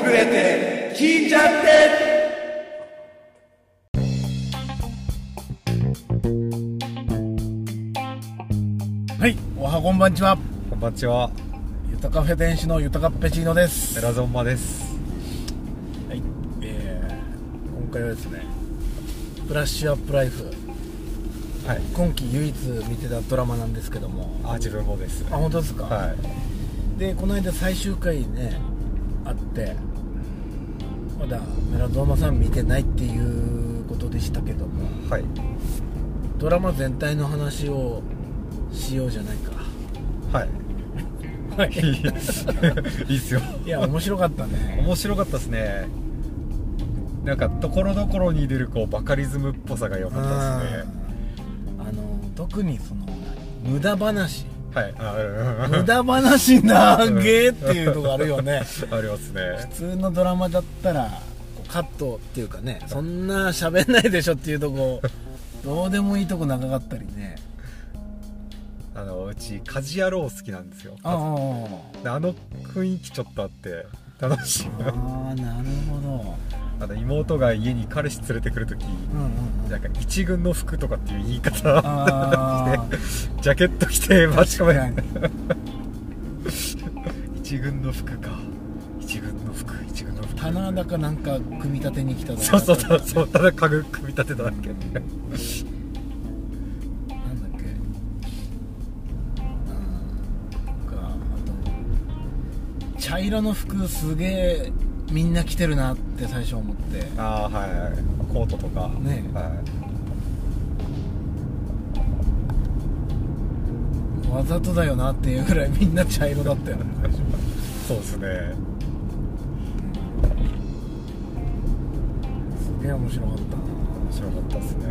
震えて聞いちゃってはい、おはこんばんちは。 こんばんちは。 ゆたカフェ店主のゆたかっぺチーノです。 メラゾンマです。 はい、今回はですね、ブラッシュアップライフ、 はい、 今期唯一見てたドラマなんですけども。 自分もです。 本当ですか。 はい。 で、この間最終回ねあって、まだメラゾンマさん見てないっていうことでしたけども、 はい、 ドラマ全体の話をしようじゃないか。 はいはいいいっすよ。 いや、面白かったね。 面白かったですね。なんかところどころに出るこうバカリズムっぽさが良かったですね。 特にその無駄話、 はい、 無駄話なげーっていうとこあるよねありますね。 普通のドラマだったらカットっていうかね、そんな喋んないでしょっていうとこどうでもいいとこ長かったりね。 うち家事野郎好きなんですよ。 あの雰囲気ちょっとあって楽しい。 なるほど。妹が家に彼氏連れてくるとき、なんか一軍の服とかっていう言い方してジャケット着て待ち込め一軍の服か、一軍の服棚田かなんか組み立てに来たとか。そうただ家具組み立てただけなんだっけ。あと茶色の服すげえみんな着てるなって最初思って。 はい、コートとかね、 はい、 わざとだよなっていうぐらいみんな茶色だったよねそうですね。 すげえ面白かったな。 面白かったですね。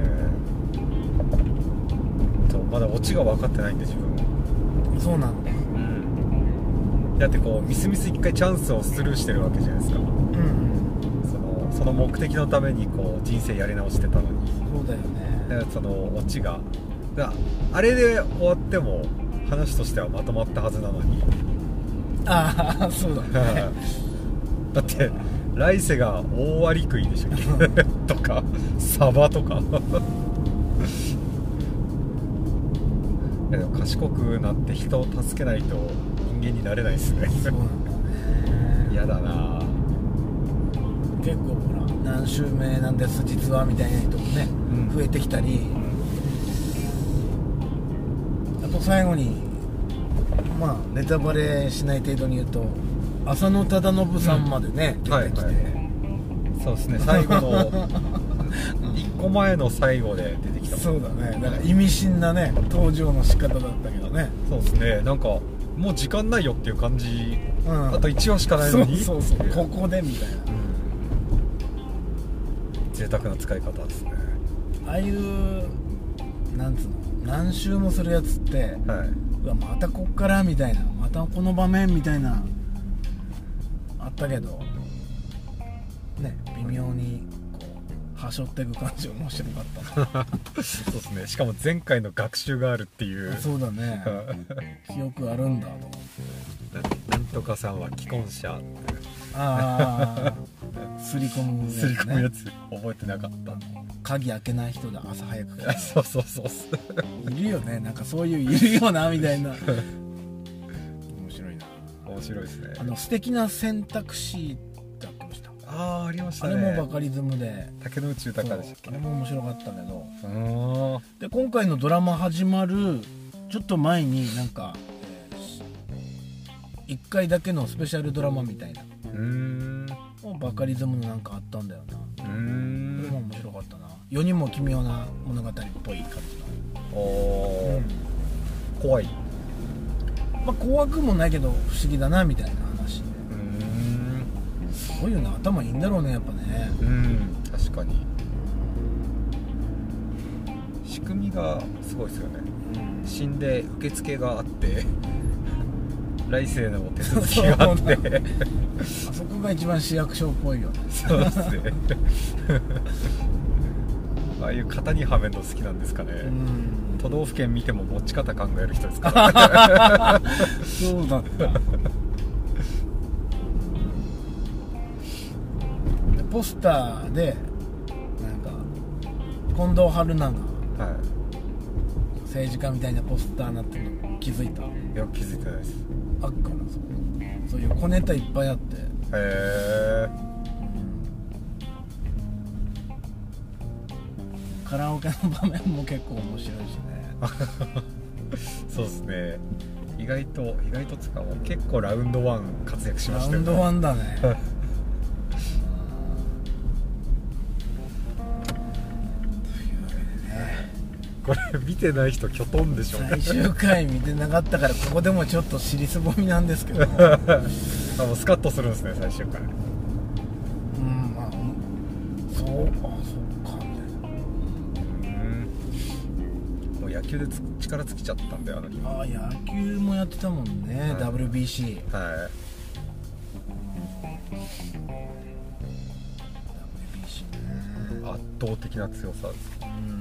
まだオチが分かってないんで自分。 そうなんだ。 だってこうみすみす一回チャンスをスルーしてるわけじゃないですか。その目的のためにこう人生やり直してたのに。 そうだよね。 だからそのオチがあれで終わっても話としてはまとまったはずなのに。 そうだねだって来世が大アリクイでしょとかサバとかでも賢くなって人を助けないと人間になれないですね。 そうなんだね。 嫌だな。 結構ほら何週目なんです実はみたいな人もね、増えてきたり、あと最後にネタバレしない程度に言うと浅野忠信さんまでね、出てきて、 そうですね、最後の1個前の最後で出てきた。 そうだね。だから意味深なね登場の仕方だったけどね。 そうですね。なんかもう時間ないよっていう感じ、あと1話しかないのにそうここでみたいな、 贅沢な使い方ですね。 ああいうなんつうの何周もするやつって、うわまたこっからみたいな、またこの場面みたいなあったけどね、微妙にこうはしょっていく感じ面白かったなそうですね。しかも前回の学習があるっていう。 そうだね記憶あるんだと思って。 なんとかさんは既婚者すり込むやつ覚えてなかった。 鍵開けない人だ、朝早くからそういるよね、なんかそういういるよなみたいな面白いな。 面白いですね。 素敵な選択肢だってました。 ありましたね。 あれもバカリズムで竹野内豊でしたっけ。 あれも面白かったけど、で今回のドラマ始まるちょっと前になんか、1回だけのスペシャルドラマみたいなバカリズムのなんかあったんだよな。これも面白かったな。世にも奇妙な物語っぽい感じの。 怖い。 怖くもないけど不思議だなみたいな話。すごいよね、頭いいんだろうねやっぱね。 確かに仕組みがすごいですよね。死んで受付があって来世の手続きがあってあそこが一番市役所っぽいよね。 そうですねああいう型にはめるの好きなんですかね。都道府県見ても持ち方考える人ですからそうだったポスターでなんか近藤春菜が政治家みたいなポスターになってるの気づいた？いや気づいてないです。 あっからそういう小ネタいっぱいあって。へえ、 カラオケの場面も結構面白いしねそうですね。意外とつかも結構ラウンドワン活躍しましたよね。 ラウンドワンだねこれ見てない人きょとんでしょうね。 最終回見てなかったからここでもちょっと尻すぼみなんですけどもうスカッとするんですね最終回。 まあそうかみたいな。 もう野球で力尽きちゃったんだよあの日。 野球もやってたもんね、WBC。 はい。 WBC ね、 圧倒的な強さです。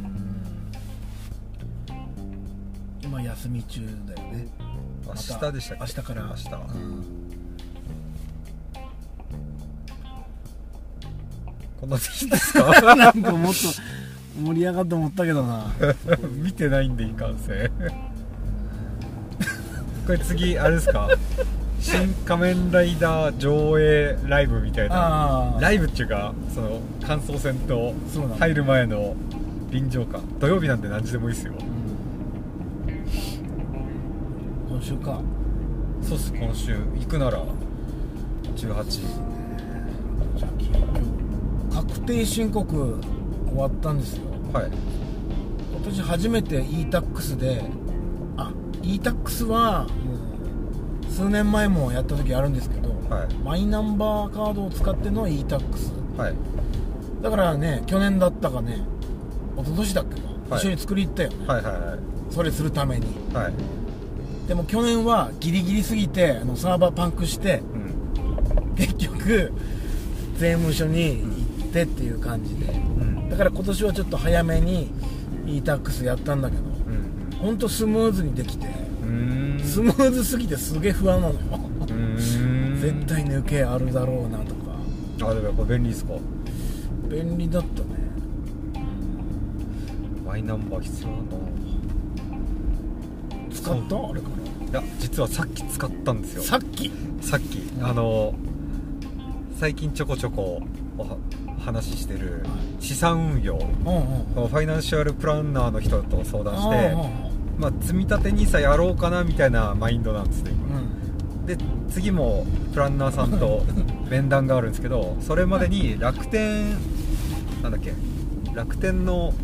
今休み中だよね。 明日でしたっけ？ 明日から。 明日、こんなでいいんですか？ なんかもっと盛り上がって思ったけどな見てないんでいかんせんこれ次あれですか？新仮面ライダー上映ライブみたいな、ライブっていうかその感想戦と入る前の臨場感。土曜日なんで何時でもいいですよ。 今週か。 そうっす、今週行くなら18。 じゃあ今日確定申告終わったんですよ。 はい。 今年初めて e-tax で、e-tax はもう数年前もやった時あるんですけど、マイナンバーカードを使っての e-tax、だからね、去年だったかね、一昨年だっけか、一緒に作り行ったよね、それするために。でも去年はギリギリすぎてサーバーパンクして、結局税務署に行ってっていう感じで、だから今年はちょっと早めに e-tax やったんだけど、ほんとスムーズにできて、スムーズすぎてすげえ不安なのよ絶対抜けあるだろうなとか。 でもやっぱ便利ですか？ 便利だったね。 マイナンバー必要なんだな。 使った？あれから。 いや実はさっき使ったんですよ。 さっき最近ちょこちょこお話ししてる資産運用、ファイナンシャルプランナーの人と相談して、積み立て NISA やろうかなみたいなマインドなんですね今、で次もプランナーさんと面談があるんですけど、それまでに楽天の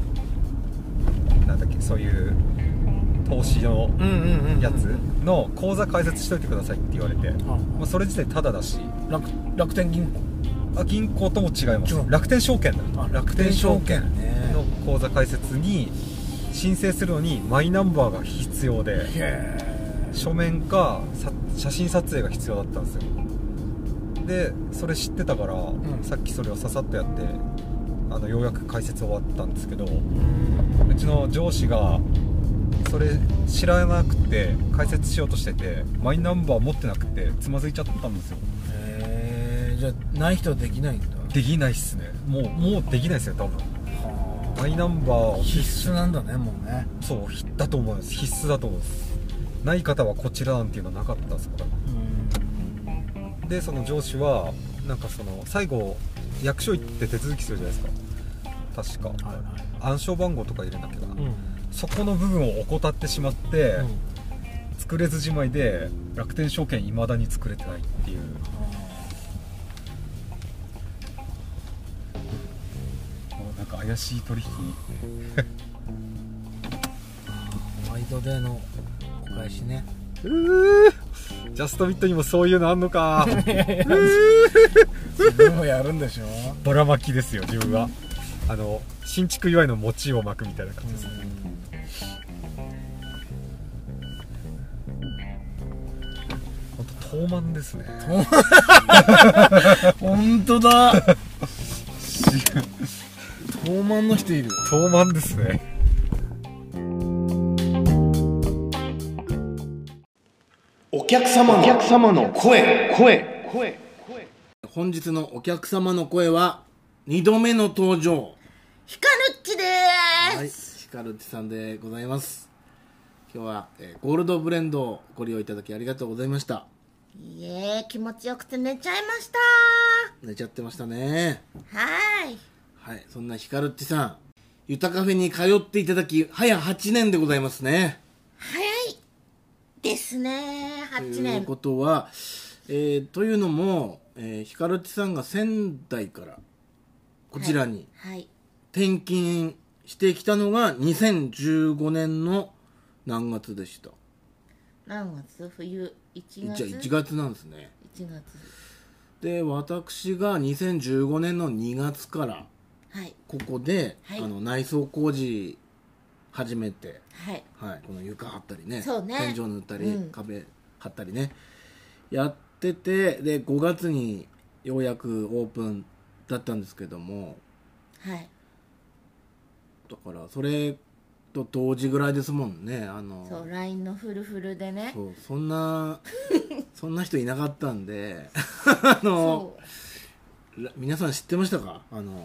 そういう投資のやつの口座開設しといてくださいって言われて、それ自体タダだし。 楽天銀行？ 銀行とも違います。楽天証券だ。楽天証券の口座開設に申請するのにマイナンバーが必要で、書面か写真撮影が必要だったんですよ。でそれ知ってたから、さっきそれをささっとやってようやく開設終わったんですけど、うちの上司がそれ知らなくて開設しようとしてて、マイナンバー持ってなくてつまずいちゃったんですよ。 じゃあない人はできないんだ。 できないっすね。もうできないですよ多分。マイナンバー必須なんだね、もうね。 そうだと思います。必須だと思います。ない方はこちらなんていうのはなかったですから。でその上司は最後役所行って手続きするじゃないですか確か、暗証番号とか入れなきゃな、そこの部分を怠ってしまって、作れずじまいで楽天証券未だに作れてないっていう。なんか怪しい取引ホワイトデーのお返しね。 ジャストビットにもそういうのあんのか自分もやるんでしょ。 ばらまきですよ自分は。新築祝いの餅を巻くみたいな感じですね。ほんと遠満ですね。 本当だ遠満の人いる。 遠満ですね。 お客様の声。 本日のお客様の声は 2度目の登場、 ヒカルッチではい、 ーす。 ヒカルッチさんでございます。今日は、ゴールドブレンドをご利用いただきありがとうございました。 いえ、気持ちよくて寝ちゃいました。 寝ちゃってましたね。 はーい。 はい、そんなヒカルッチさん、ゆたカフェに通っていただき早8年でございますね。 早いですね。8 という年。 ことは、というのも、ヒカルッチさんが仙台からこちらにはい。 転勤してきたのが2015年の何月でした？ 何月？冬1 じゃあ月。 1月なんですね。 1月。 で、私が2015年の2月からはい。 ここで、 はい内装工事始めて、 はい。 はい、この床張ったりね、 そうね天井塗ったり、 うん壁張ったりねやってて、で5月にようやくオープンだったんですけども、 はい。 だからそれと同時ぐらいですもんね。 そう、LINE のフルフルでね。 そんなそんな人いなかったんでそ皆さん知ってましたか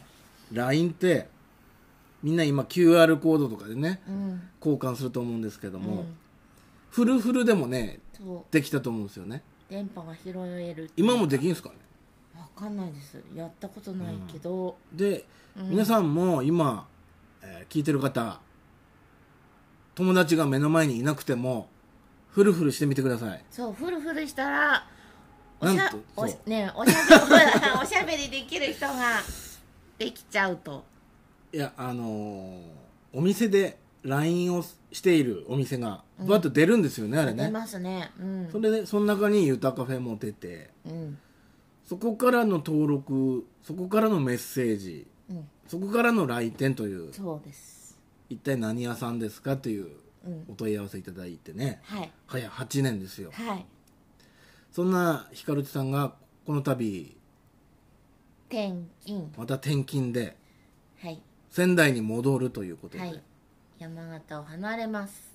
？LINE ってみんな今 QR コードとかでねう。うん。 交換すると思うんですけども、 うんフルフルでもねそう。 できたと思うんですよね。 電波が拾える。 今もできるんですかね。 わかんないです。やったことないけど。 で、 うん皆さんも今、聞いてる方、友達が目の前にいなくてもフルフルしてみてください。 そう、フルフルしたら、 なんとそうね、おしゃべりできる人ができちゃうと。 いやお店で LINE をしているお店がバッと出るんですよね、あれね。 出ますね。うん。 それでその中にゆたカフェも出て、 うん。 そこからの登録、そこからのメッセージ、 うん。 そこからの来店という、 そうです。 一体何屋さんですかといううん。 お問い合わせいただいてね、 はい。 早8年ですよ。 はい。 そんなヒカルチさんがこの度転勤。 また転勤ではい。 仙台に戻るということで、 はい。山形を離れます。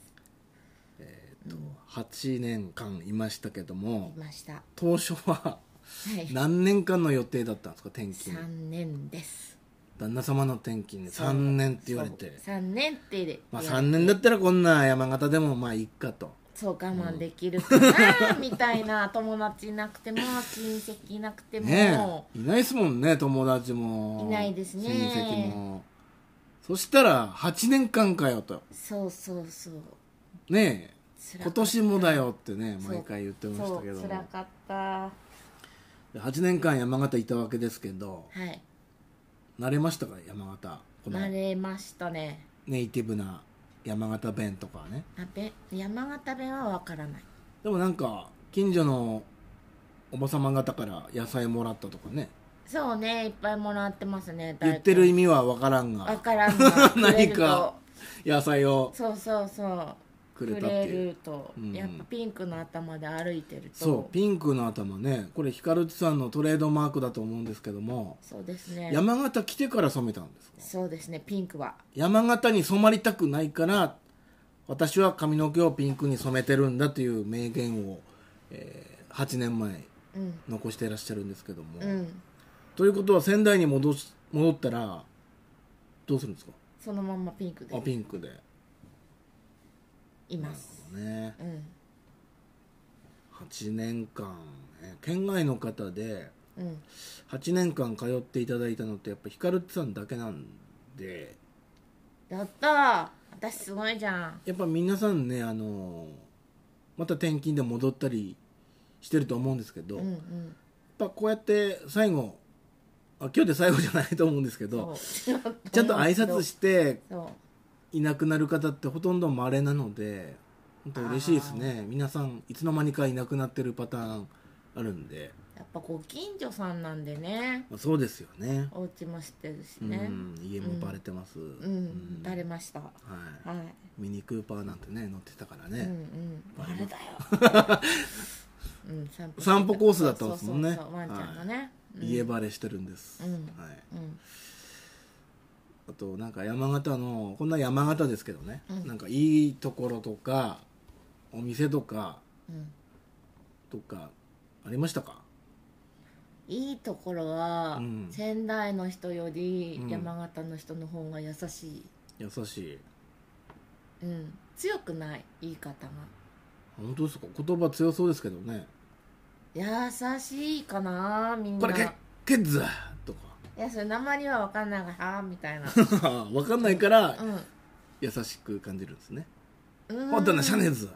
8年間いましたけども、 いました。は当初はい。 何年間の予定だったんですか？転勤、 3年です。 旦那様の転勤でそう 3年って言われて、 そう3年って言われて、 まあ3年だったらこんな山形でもまあいっかと。 そう我慢できるかなみたいな。友達いなくても親戚いなくても、 ねえいないですもんね、友達もいないですね親戚も。そしたら8年間かよと、 そうそうそう。 ねえ辛かった今年もだよってねそう毎回言ってましたけども、 そう辛かった。はで8年間山形いたわけですけど、 い。 慣れましたか？山形、この慣れましたね。 ネイティブな山形弁とかね。 山形弁はわからない。 でもなんか近所のおばさま方から野菜もらったとかね、 そうね、いっぱいもらってますね。 言ってる意味味は分からんわがからんが何か野菜をそうそうそうくれくれたっていう。 ると、 うんやっぱピンクの頭で歩いてると、 そう、ピンクの頭ね、これヒカルチさんのトレードマークだと思うんですけども、 そうですね。 山形来てから染めたんですか？ そうですね、ピンクは。 山形に染まりたくないから私は髪の毛をピンクに染めてるんだという名言を、8年前うん残していらっしゃるんですけども、 うん。 ということは仙台に戻ったらどうするんですか？ そのまんまピンクでピンクで。 います。 ね、 うん 8年間、県外の方でうん。 8年間通っていただいたのってやっぱヒカルチさんだけなんで、 やったー。私すごいじゃん。 やっぱ皆さんねまた転勤で戻ったりしてると思うんですけど、 うんうやっん。 ぱこうやって最後今日で最後じゃないと思うんですけど、 そうちゃんと挨拶してそういなくなる方ってほとんど稀なので本当嬉しいですね。皆さんいつの間にかいなくなってるパターンあるんで、 やっぱご近所さんなんでね、 まあ、そうですよね。 お家も知ってるしうね。 ん、家もバレてます。 うん、バレました。ははい、 い。 ミニクーパーなんてね乗ってたからうんうね、 ん、バレだよ。うん、 散歩コースだったんですもんね。 そうそうそうワンちゃんのね。 家バレしてるんです、 うんはい、 うんあとなんか山形のこんな山形ですけどね、 うんなんかいいところとかお店とかうん。 ありましたか？ いいところは、 うん仙台の人よりうん山形の人の方が優しい、 優しい。 強くない言い方が本当ですか？言葉強そうですけどね。 優しいかなみんな。 これケッズとかいやそれ鉛は分かんないからはみたいな分かんないからう優しく感じるんですね。 んほんとねシャネズ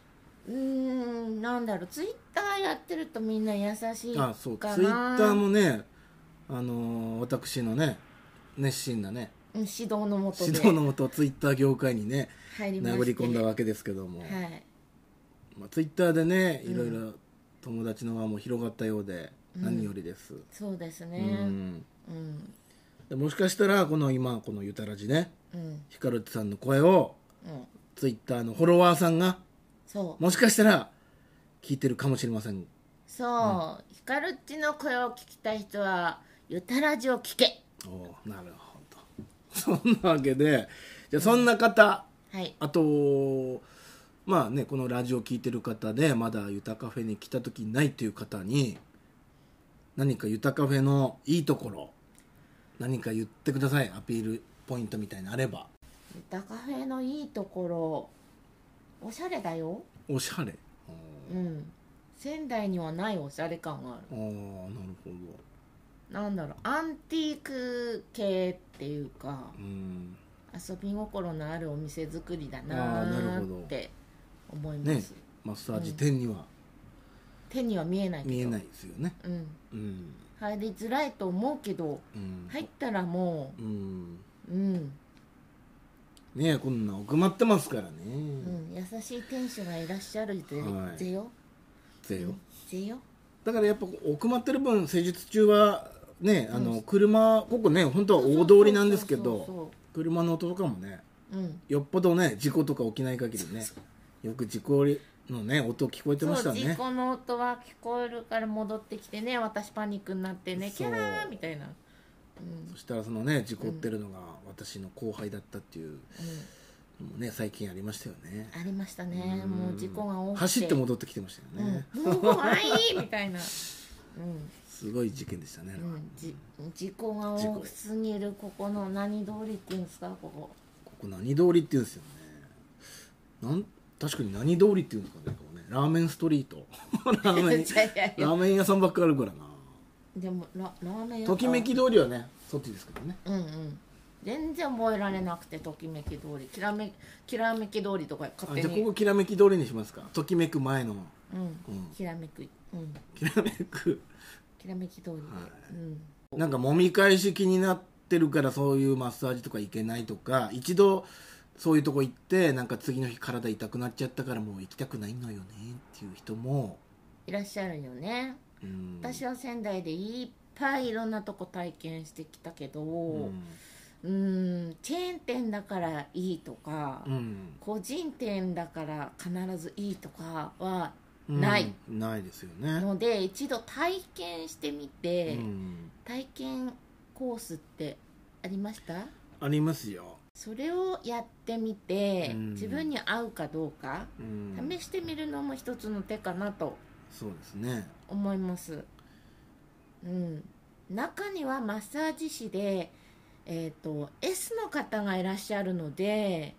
なんだろう、ツイッターやってるとみんな優しいかな。 あ、そうツイッターもね私のね熱心なね指導のもとで指導のもとツイッター業界にね入りまして殴り込んだわけですけども、 はい、 まあ、ツイッターでねいろいろ友達の輪も広がったようで何よりです、 そうですうねんでもしかしたらこのゆたらじねうんヒカルチさんの声をうんツイッターのフォロワーさんがそうもしかしたら聞いてるかもしれません。 そう、ヒカルッチの声を聞きたい人はゆたらじを聞け。 おなるほど。そんなわけでじゃあそんな方、 はいあとまあねこのラジオ聞いてる方でまだゆたカフェに来た時ないっていう方に何かゆたカフェのいいところ何か言ってください。アピールポイントみたいなのあれば。 ゆたカフェのいいところ、おしゃれだよ。 おしゃれ。 仙台にはないおしゃれ感がある。 ああなるほど。 なんだろう、アンティーク系っていうかうん遊び心のあるお店作りだあーなるなほどって思いまねす、 マッサージ店には手には見えないけど見えないですよね。 うん、入りづらいと思うけど入ったらもうねこんな奥まってますからね。 優しい店主がいらっしゃるはいぜよぜよ。 ぜよ。 だからやっぱ奥まってる分施術中はね車ここね本当は大通りなんですけど車の音とかもねよっぽどね事故とか起きない限りねよく事故のね音聞こえてましたね。 そう事故の音は聞こえるから戻ってきてね、私パニックになってねキャラーみたいな、 そしたらそのね事故ってるのが私の後輩だったっていうのもね最近ありましたよね。 ありましたね。もう事故が多くて走って戻ってきてましたよね。 もう怖いみたいな、 すごい事件でしたね。 事故が多すぎる。ここの何通りっていうんですか、ここ何通りっていうんですよね。確かに何通りっていうんですかね。ラーメンストリートラーメン屋さんばっかあるからな。 でもラーメン屋ときめき通りはねそっちですけどね。 全然覚えられなくて、ときめき通りきらめき通りとか勝手に。 じゃあここきらめき通りにしますか。ときめく前のきらめくきらめくきらめき通りで、 なんか揉み返し気になってるからそういうマッサージとか行けないとか、一度そういうとこ行ってなんか次の日体痛くなっちゃったからもう行きたくないのよねっていう人もいらっしゃるよね。私は仙台でいっぱいいろんなとこ体験してきたけど、チェーン店だからいいとか、個人店だから必ずいいとかはないですよね。 ので一度体験してみて、体験コースってありました？ ありますよ。 それをやってみて、自分に合うかどうか、試してみるのも一つの手かなとそうですね思います。中にはマッサージ師でS の方がいらっしゃるので、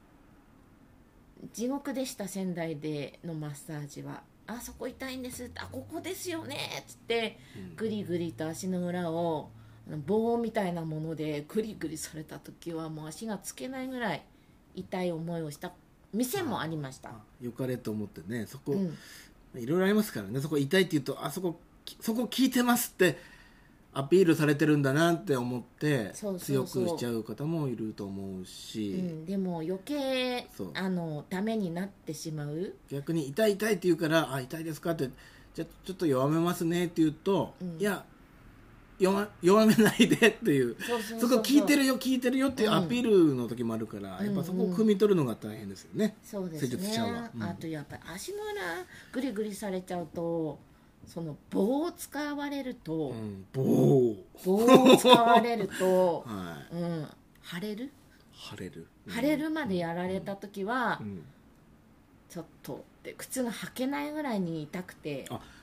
地獄でした。仙台でのマッサージはあそこ痛いんです、あここですよねっつってグリグリと足の裏を棒みたいなものでグリグリされた時はもう足がつけないぐらい痛い思いをした店もありました。 よかれと思ってね、そこ、いろいろありますからね。そこ痛いって言うとそこ聞いてますってアピールされてるんだなって思って強くしちゃう方もいると思うし、 でも余計ダメになってしまう。 逆に痛いって言うから痛いですかってじゃあちょっと弱めますねって言うと、いや弱めないでっていうそこ聞いてるよっていうアピールの時もあるから、やっぱそこを汲み取るのが大変ですよね。 そうですね。 施術者は、 あとやっぱり足の裏グリグリされちゃうと、その棒を使われると、棒を使われると、腫れるまでやられた時は、ちょっとで靴が履けないぐらいに痛くて、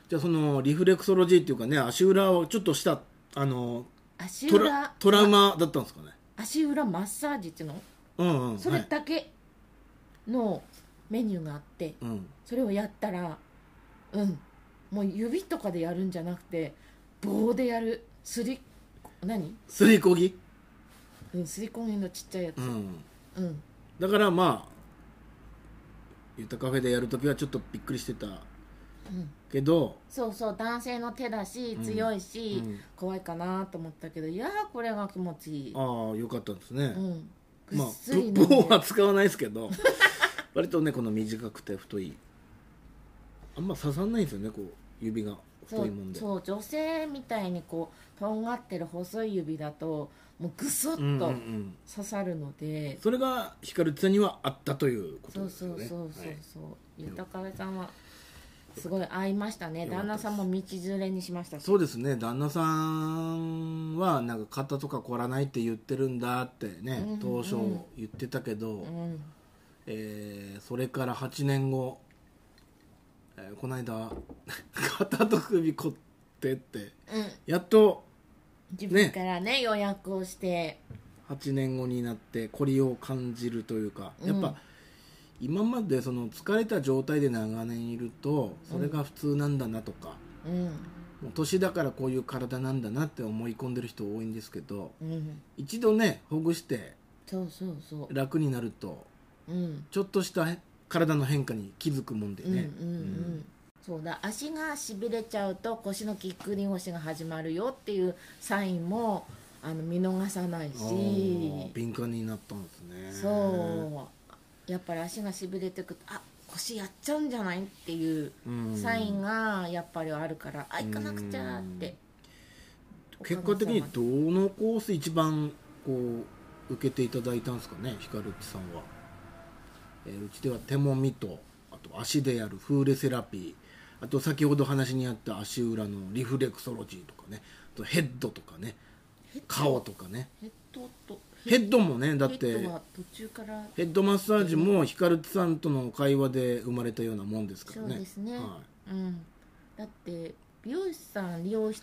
じゃあそのリフレクソロジーっていうかね、足裏をちょっとした足裏トラウマだったんですかね。 足裏マッサージっていうの、 うんうん、 それだけのメニューがあって、 はい、 それをやったら、もう指とかでやるんじゃなくて棒でやる、すりこぎ、 すりこぎのちっちゃいやつ、 だからまあゆたカフェでやるときはちょっとびっくりしてたけど、 そうそう、男性の手だし強いし、怖いかなと思ったけど、いやーこれが気持ちいい。 ああよかったですね。まあぐっすり飲んで棒は使わないですけど割とねこの短くて太い、あんま刺さんないんですよね、こう指が太いもんで。 そう女性みたいにこうとんがってる細い指だともうグソッと刺さるので、 それがひかるちさんにはあったということそうですよね。 そうそうそうそう、ゆたかべさんはすごい合いましたね。旦那さんも道連れにしましたし。 そうですね、旦那さんはなんか肩とか凝らないって言ってるんだってね、当初言ってたけど、それから8年後、この間肩と首凝ってって、やっと自分からね予約をして 8年後になって凝りを感じるというか、やっぱ今までその疲れた状態で長年いるとそれが普通なんだなとか、もう年だからこういう体なんだなって思い込んでる人多いんですけど、一度ねほぐして楽になると、ちょっとした体の変化に気づくもんでね。 そうだ、足がしびれちゃうと腰のぎっくり腰が始まるよっていうサインも見逃さないし、 敏感になったんですね。 そうやっぱり足がしびれてくると、あ、腰やっちゃうんじゃないっていうサインがやっぱりあるから、行かなくちゃって。 結果的にどのコース一番こう受けていただいたんですかね、ひかるちさんは。うちでは手もみと、あと足でやるフーレセラピー、あと先ほど話にあった足裏のリフレクソロジーとかね、あとヘッドとかね、顔とかね、ヘッドもね、だってヘッドマッサージもひかるちさんとの会話で生まれたようなもんですからね。 そうですね、だって美容師さん、理容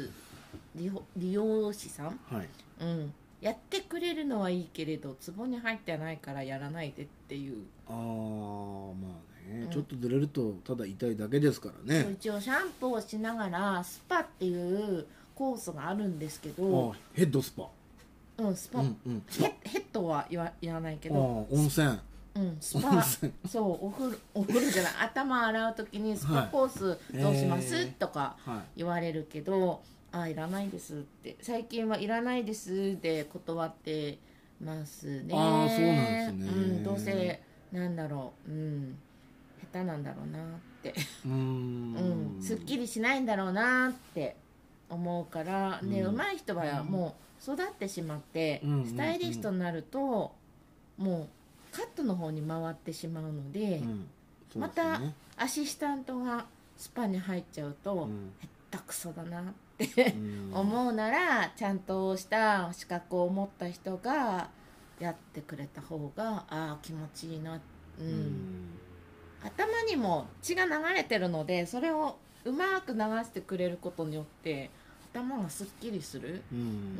師さん、やってくれるのはいいけれどツボに入ってないからやらないでっていう。 まあね、ちょっとずれるとただ痛いだけですからね。 一応シャンプーをしながらスパっていうコースがあるんですけど、 ヘッドスパ、 スパ、ヘッドは言わないけど、 温泉、 スパそうお風呂じゃない、頭洗う時にスパコースどうします、とか言われるけど、いらないですって、最近はいらないですで断ってますね。 そうなんですね。 どうせなんだろう、下手なんだろうなってすっきりしないんだろうなって思うからね。上手い人はもう育ってしまって、スタイリストになるともうカットの方に回ってしまうので、またアシスタントがスパに入っちゃうと、下手くそだなって思うなら、ちゃんとした資格を持った人がやってくれた方が気持ちいいな。頭にも血が流れてるので、それをうまく流してくれることによって頭がすっきりする、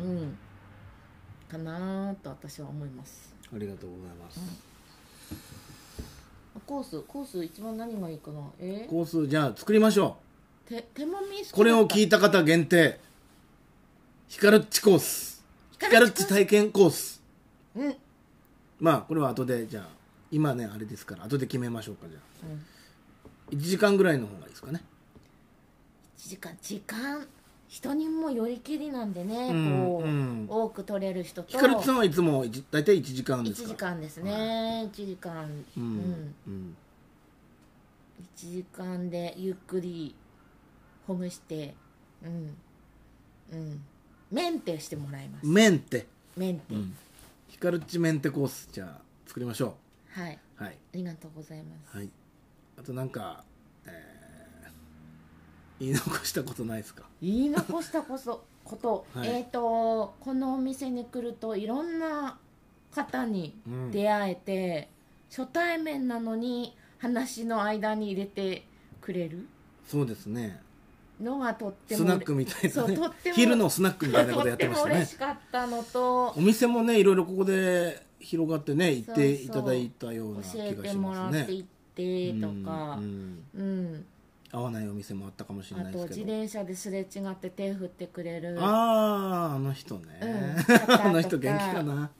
かなと私は思います。 ありがとうございます。 コース一番何がいいかな。 コースじゃあ作りましょう。 手もみ、 これを聞いた方限定、ひかるっちコース、ひかるっち体験コース。まあこれは後で、じゃあ今ねあれですから後で決めましょうか。じゃあ、1時間ぐらいの方がいいですかね。 時間人にもよりきりなんでね、多く取れる人と。ひかるちさんはいつも大体1時間ですか。 1時間ですね、1時間、1時間でゆっくりほぐして、メンテしてもらいます。 メンテ、ひかるっちメンテコース、じゃあ作りましょう。はい、ありがとうございます。 あとなんか、言い残したことないですか。 言い残したこと、このお店に来るといろんな方に出会えて、初対面なのに話の間に入れてくれる。 そうですね。 のがとってもスナックみたいなね、 そうとっても昼のスナックみたいなことやってましたねとっても嬉しかったのと、 お店もねいろいろここで広がってね行っていただいたような気教えがしてもらますね。 って行ってとか、 合わないお店もあったかもしれあとないですけど、 自転車ですれ違って手振ってくれる、 あの人ね、あの人元気かな、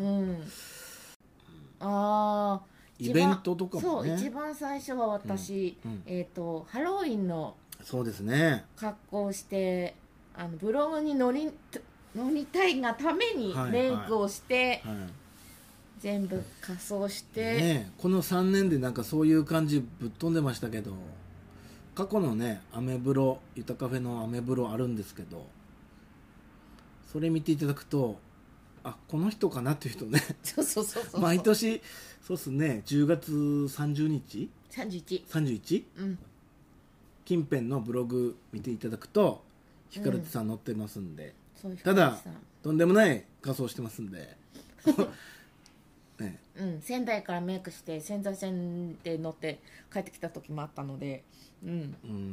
ああイベントとかもね、 そう一番最初は私、ハロウィンのそうですね格好をしてブログに載りたいがためにメイクをして、全部仮装して、 ね、この3年でなんかそういう感じぶっ飛んでましたけど、過去のねアメブロゆたカフェのアメブロあるんですけど、それ見ていただくとあこの人かなっていう人ねそう毎年そうっすね10月30日 31? 近辺のブログ見ていただくとヒカルテさん載ってますんで、ただとんでもない仮装してますんでね、 仙台からメイクして仙台線で乗って帰ってきた時もあったので、 今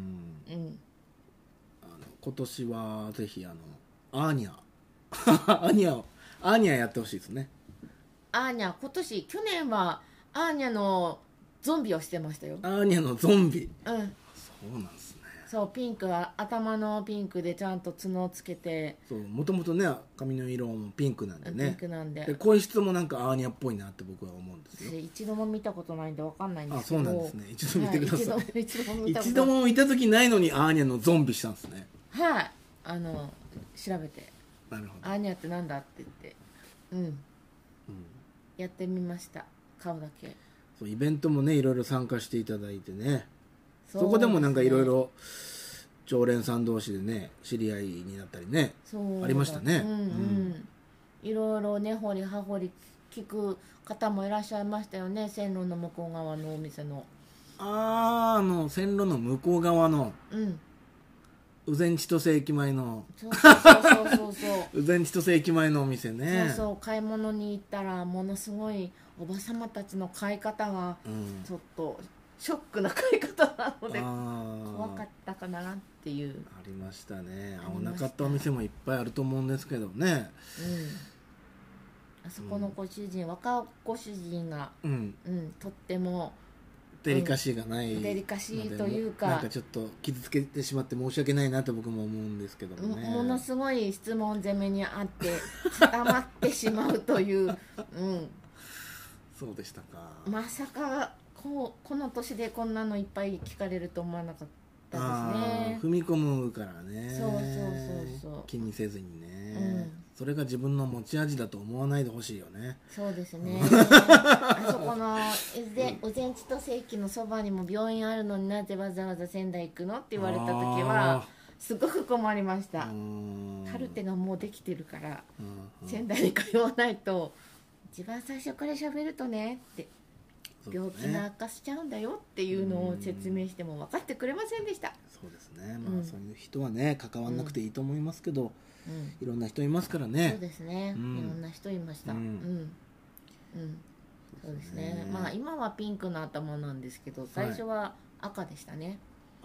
年はぜひアーニャアーニャやってほしいですね。 アーニャ去年はアーニャのゾンビをしてましたよ。 アーニャのゾンビ、そうなんですね。 そうピンクは頭のピンクでちゃんと角をつけて、 もともとね髪の色もピンクなんでね、 ピンクなんで声質もなんかアーニャっぽいなって僕は思うんですよ。 一度も見たことないんで分かんないんですけど、 そうなんですね。一度見てください、 一度も見た時ないのにアーニャのゾンビしたんですね。 はい調べてなるほど、 アーニャってなんだって言ってやってみました。顔だけそうイベントもねいろいろ参加していただいてね、そこでもなんかいろいろ常連さん同士でね知り合いになったりねありましたね。 いろいろ根掘り葉掘り聞く方もいらっしゃいましたよね。線路の向こう側のお店の線路の向こう側の宇前千歳駅前の宇前千歳駅前のお店ね。 買い物に行ったらものすごいおばさまたちの買い方がちょっとショックな買い方なので怖かったかなっていう。 ありましたね。合わなかったお店もいっぱいあると思うんですけどね。 あそこのご主人、若ご主人が、とってもデリカシーがない、 デリカシーというかなんかちょっと傷つけてしまって申し訳ないなと僕も思うんですけどもね。 ものすごい質問攻めにあって固まってしまうというそうでしたか。 まさかこの年でこんなのいっぱい聞かれると思わなかったですね。 踏み込むからね。 そう気にせずにね、それが自分の持ち味だと思わないでほしいよね。 そうですねあそこの宇前千歳駅のそばにも病院あるのになぜわざわざ仙台行くのって言われた時はすごく困りました。カルテがもうできてるから仙台に通わないと一番最初から喋るとねって病気が悪化しちゃうんだよっていうのを説明しても分かってくれませんでした。 そうですね、そういう人はね関わらなくていいと思いますけど、いろんな人いますからね。 そうですね、いろんな人いました。そうですね。今はピンクの頭なんですけど最初は赤でしたね。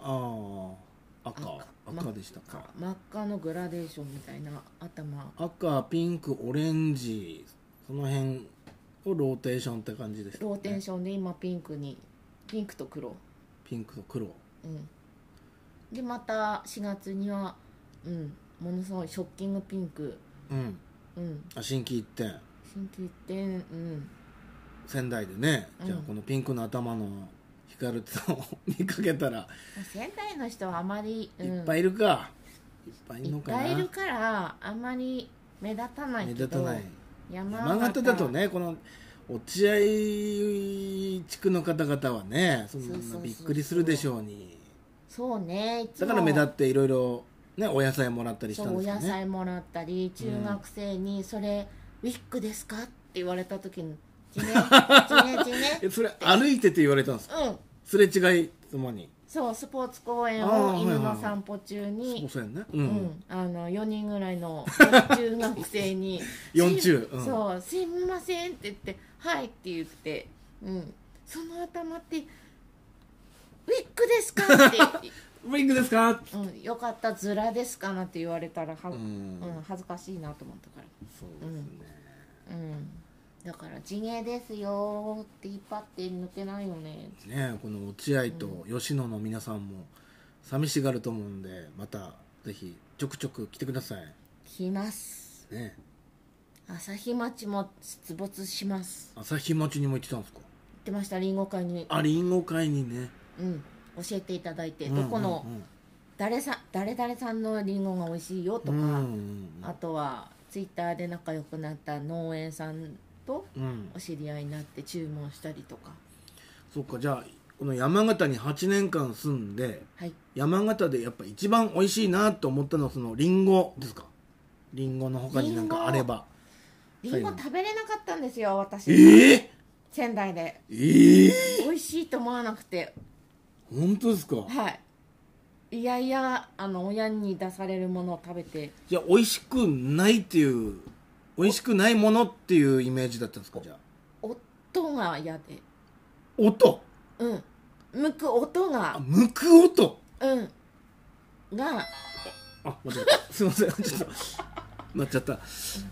赤でしたか。 真っ赤のグラデーションみたいな頭。 赤、ピンク、オレンジ、その辺をローテーションって感じですね。 ローテーションで今ピンクと黒。でまた4月にはものすごいショッキングピンク。 心機一転。仙台でね、じゃあこのピンクの頭のヒカルテさんを見かけたら、 仙台の人はあまり、 いっぱいいるか。いっぱいいるのかな。 いっぱいいるからあまり目立たないけど。 山形だとねこの落合地区の方々はねそんなびっくりするでしょうに。 そうね。 だから目立っていろいろねお野菜もらったりしたんですかね。 お野菜もらったり中学生にそれウィッグですかって言われた時にジネそれ歩いてて言われたんですか。すれ違いつまに。 そうスポーツ公園を犬の散歩中に4人ぐらいの中学生にそうすいませんって言ってはいって言って、その頭ってウィッグですかってウイングですか？ よかったズラですかなんて言われたら恥ずかしいなと思ったから。 そうですね、 だから地毛ですよって引っ張って抜けないよね。 ね、この落合と吉野の皆さんも寂しがると思うんで、またぜひちょくちょく来てください。 来ますね。 朝日町も出没します。 朝日町にも行ってたんですか？ 行ってました。リンゴ会に。 リンゴ会にね、 教えていただいて、どこの誰々さんのリンゴが美味しいよとか、あとはツイッターで仲良くなった農園さんとお知り合いになって注文したりとか。 そうか、じゃあこの山形に8年間住んで、山形でやっぱ一番美味しいなと思ったのはそのリンゴですか？リンゴの他に何かあれば。 リンゴ食べれなかったんですよ、私。仙台で。美味しいと思わなくて。 本当ですか？ はい。いやいや、親に出されるものを食べて。 じゃあ美味しくないっていう、美味しくないものっていうイメージだったんですか？じゃあ音が嫌で。 音？ 剥く音が。 剥く音？ が。 間違えた。すいません、ちょっとなっちゃった。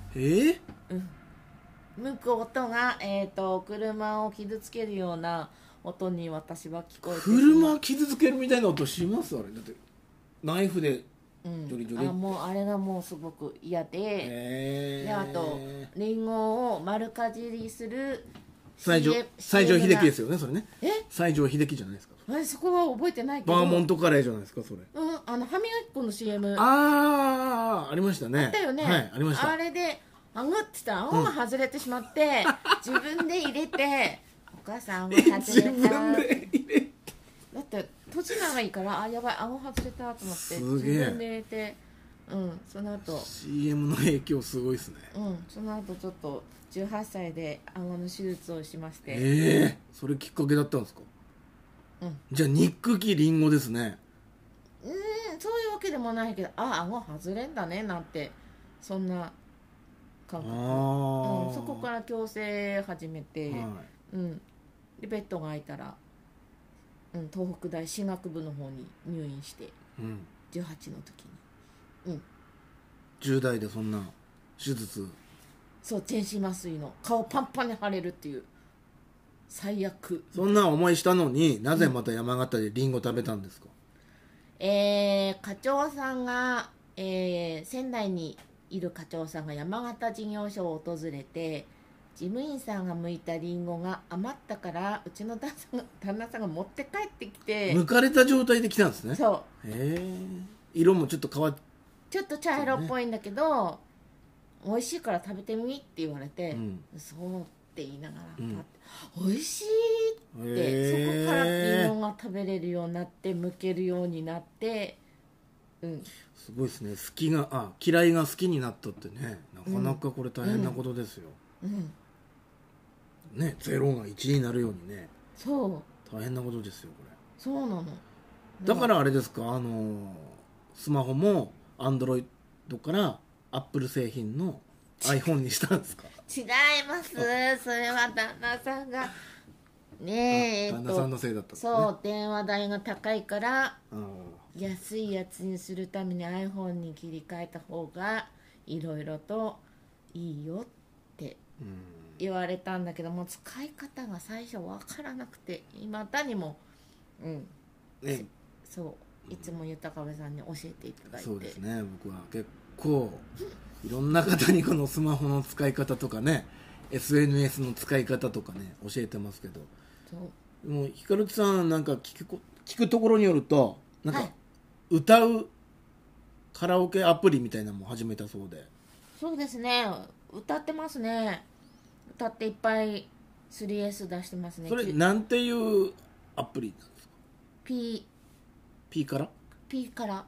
剥く音が、車を傷つけるような音に私は聞こえて。 車傷つけるみたいな音します？あれだってナイフでジョリジョリ。 もうあれがもうすごく嫌で、であとリンゴを丸かじりする西城秀樹ですよね、それね。西城秀樹じゃないですか？ そこは覚えてないけど。 バーモントカレーじゃないですか、それ。 歯磨き粉の CM。 ありましたね。 あったよね。 はい、ありました。 あれで顎って言ったら顎が外れてしまって、自分で入れてお母さん顎外れた。 自分で入れて。 だって閉じないいからやばい顎外れたと思って自分で入れて、その後 CM の影響すごいですね。 その後ちょっと18歳で顎の手術をしまして。 それきっかけだったんですか？じゃあ憎きリンゴですね。 そういうわけでもないけど、顎外れんだねなんて、そんな感覚。そこから矯正始めて、でベッドが空いたら、東北大歯学部の方に入院して、18の時に、 10代でそんな手術。 そう全身麻酔の顔パンパンに腫れるっていう最悪。 そんな思いしたのになぜまた山形でリンゴ食べたんですか？ 課長さんが、仙台にいる課長さんが山形事業所を訪れて、事務員さんが剥いたリンゴが余ったからうちの旦那さんが持って帰ってきて。 剥かれた状態で来たんですね。 そう。 色もちょっと変わっちょっと茶色っぽいんだけど、美味しいから食べてみって言われて、そうって言いながらパッて、美味しいって、そこからリンゴが食べれるようになって、剥けるようになって、 すごいですね。嫌いが好きになったってね、なかなかこれ大変なことですよ。ね、0が1になるようにね。 そう大変なことですよ、これ。 そうなの。 だからあれですか、スマホもアンドロイドからアップル製品の iPhone にしたんですか？ 違います。それは旦那さんが旦那さんのせいだったんですね。 そう、電話代が高いから安いやつにするために iPhone に切り替えた方がいろいろといいよって言われたんだけども、使い方が最初分からなくて、いまだにもそういつも豊部さんに教えていただいて。 そうですね、僕は結構いろんな方にこのスマホの使い方とかね、 SNS の使い方とかね教えてますけど、でもひかるきさんなんか聞くところによると、なんか歌うカラオケアプリみたいなのも始めたそうで。 そうですね、歌ってますね。歌っていっぱい 3S 出してますね。 それなんていうアプリなんですか？ P から P から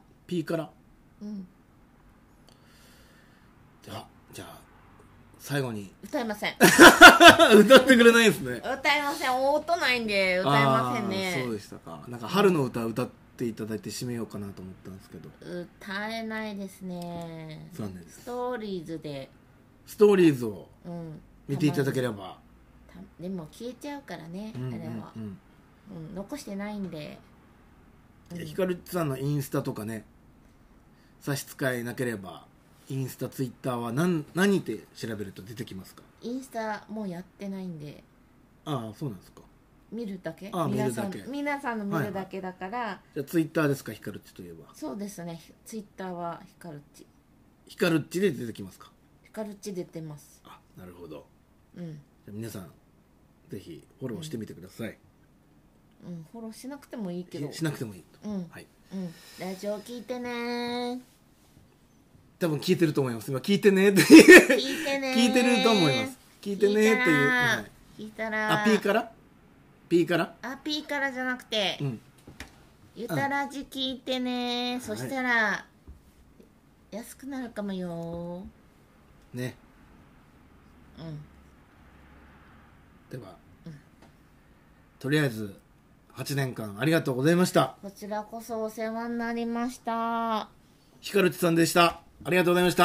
じゃあ最後に歌いません歌ってくれないですね。 歌いません、音ないんで歌いませんね。 そうでしたか。なんか春の歌歌っていただいて締めようかなと思ったんですけど、 歌えないですね。 残念です。 ストーリーズを見ていただければ。 でも消えちゃうからね、あれは、残してないんで。 ヒカルッチさんのインスタとかね、差し支えなければインスタツイッターは何って調べると出てきますか？ インスタもうやってないんで。 ああ、そうなんですか。 見るだけ。 見るだけ。 皆さんの見るだけだから、 じゃあツイッターですか、ヒカルッチといえば。 そうですね、ツイッターはヒカルッチ。 ヒカルッチで出てきますか？ ヒカルッチ出てます。 あ、なるほど。 じゃあ皆さんぜひフォローしてみてください。 フォローしなくてもいいけど。 しなくてもいいと。はい。 ラジオ聞いてね。 多分聞いてると思います。今聞いてねって聞いてね聞いてると思います。聞いてねっていう。 聞いたら。 あ、P から？ P から？ あ、P からじゃなくて、ゆたらじ聞いてね。そしたら安くなるかもよ。 ね。では、とりあえず8年間ありがとうございました。 こちらこそお世話になりました。 ヒカルッチさんでした。ありがとうございました。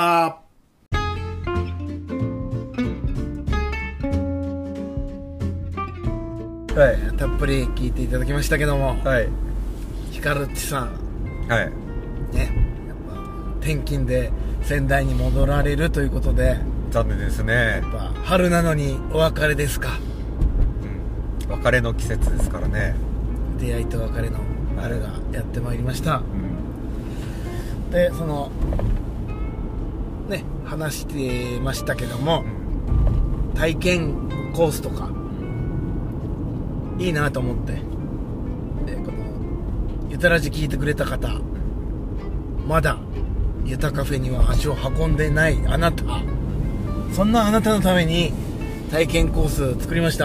はい、たっぷり聞いていただきましたけども、ヒカルッチさん、ね、やっぱ転勤で仙台に戻られるということで、 残念ですね。 やっぱ春なのにお別れですか？ 別れの季節ですからね。 出会いと別れの春がやってまいりました。で、そのね、話してましたけども、体験コースとかいいなと思って、このゆたらじ聞いてくれた方、まだゆたカフェには足を運んでないあなた、そんなあなたのために体験コース作りました。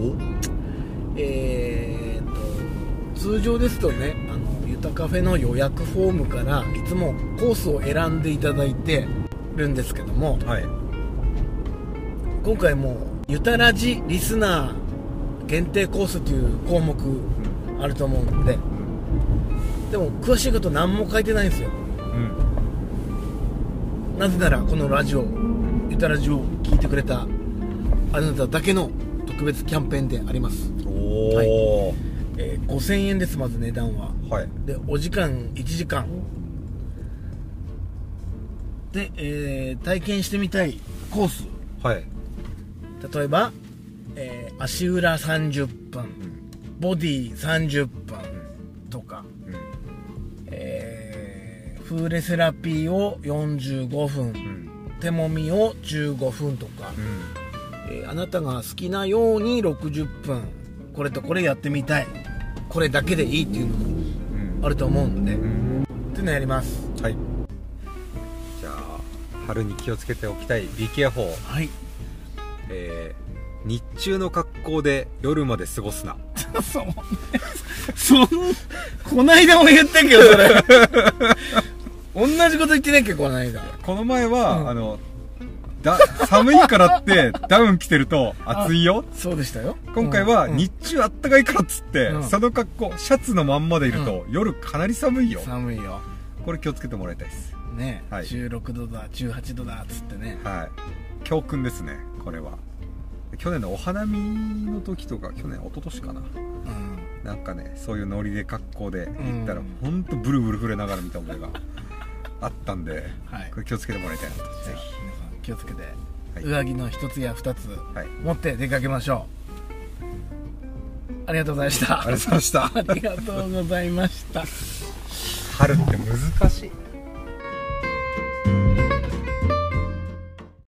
通常ですとね、ゆたカフェの予約フォームからいつもコースを選んでいただいてるんですけども、今回もゆたらじリスナー限定コースという項目あると思うんで、でも詳しいこと何も書いてないんですよ。なぜならこのラジオ、ゆたらじを聞いてくれたあなただけの特別キャンペーンであります。5000円です。まず値段は、でお時間1時間で、体験してみたいコース、例えば、足裏30分、ボディ30分とか、フーレセラピーを45分、手もみを15分とか、あなたが好きなように60分これとこれやってみたい、これだけでいいっていうのもあると思うんで、っていうのやります。 じゃあ春に気をつけておきたい Be careful。日中の格好で夜まで過ごすな。 こないだも言ったけど、それ同じこと言ってないっけ、こないだ。 この前は、寒いからってダウン着てると暑いよ。 そうでしたよ。 今回は日中あったかいからっつって、その格好シャツのまんまでいると、夜かなり寒いよ。 寒いよ。 これ気をつけてもらいたいですね。16度だ18度だっつってね。 教訓ですね、これは。去年のお花見の時とか、去年一昨年かな、なんかね、そういうノリで格好で行ったら、ほんとブルブル震えながら見た覚えがあったんで、これ気をつけてもらいたいなと。ぜひ皆さん気をつけて、上着の一つや二つ持って出かけましょう。ありがとうございました。 ありがとうございました。 ありがとうございました。 春って難しい。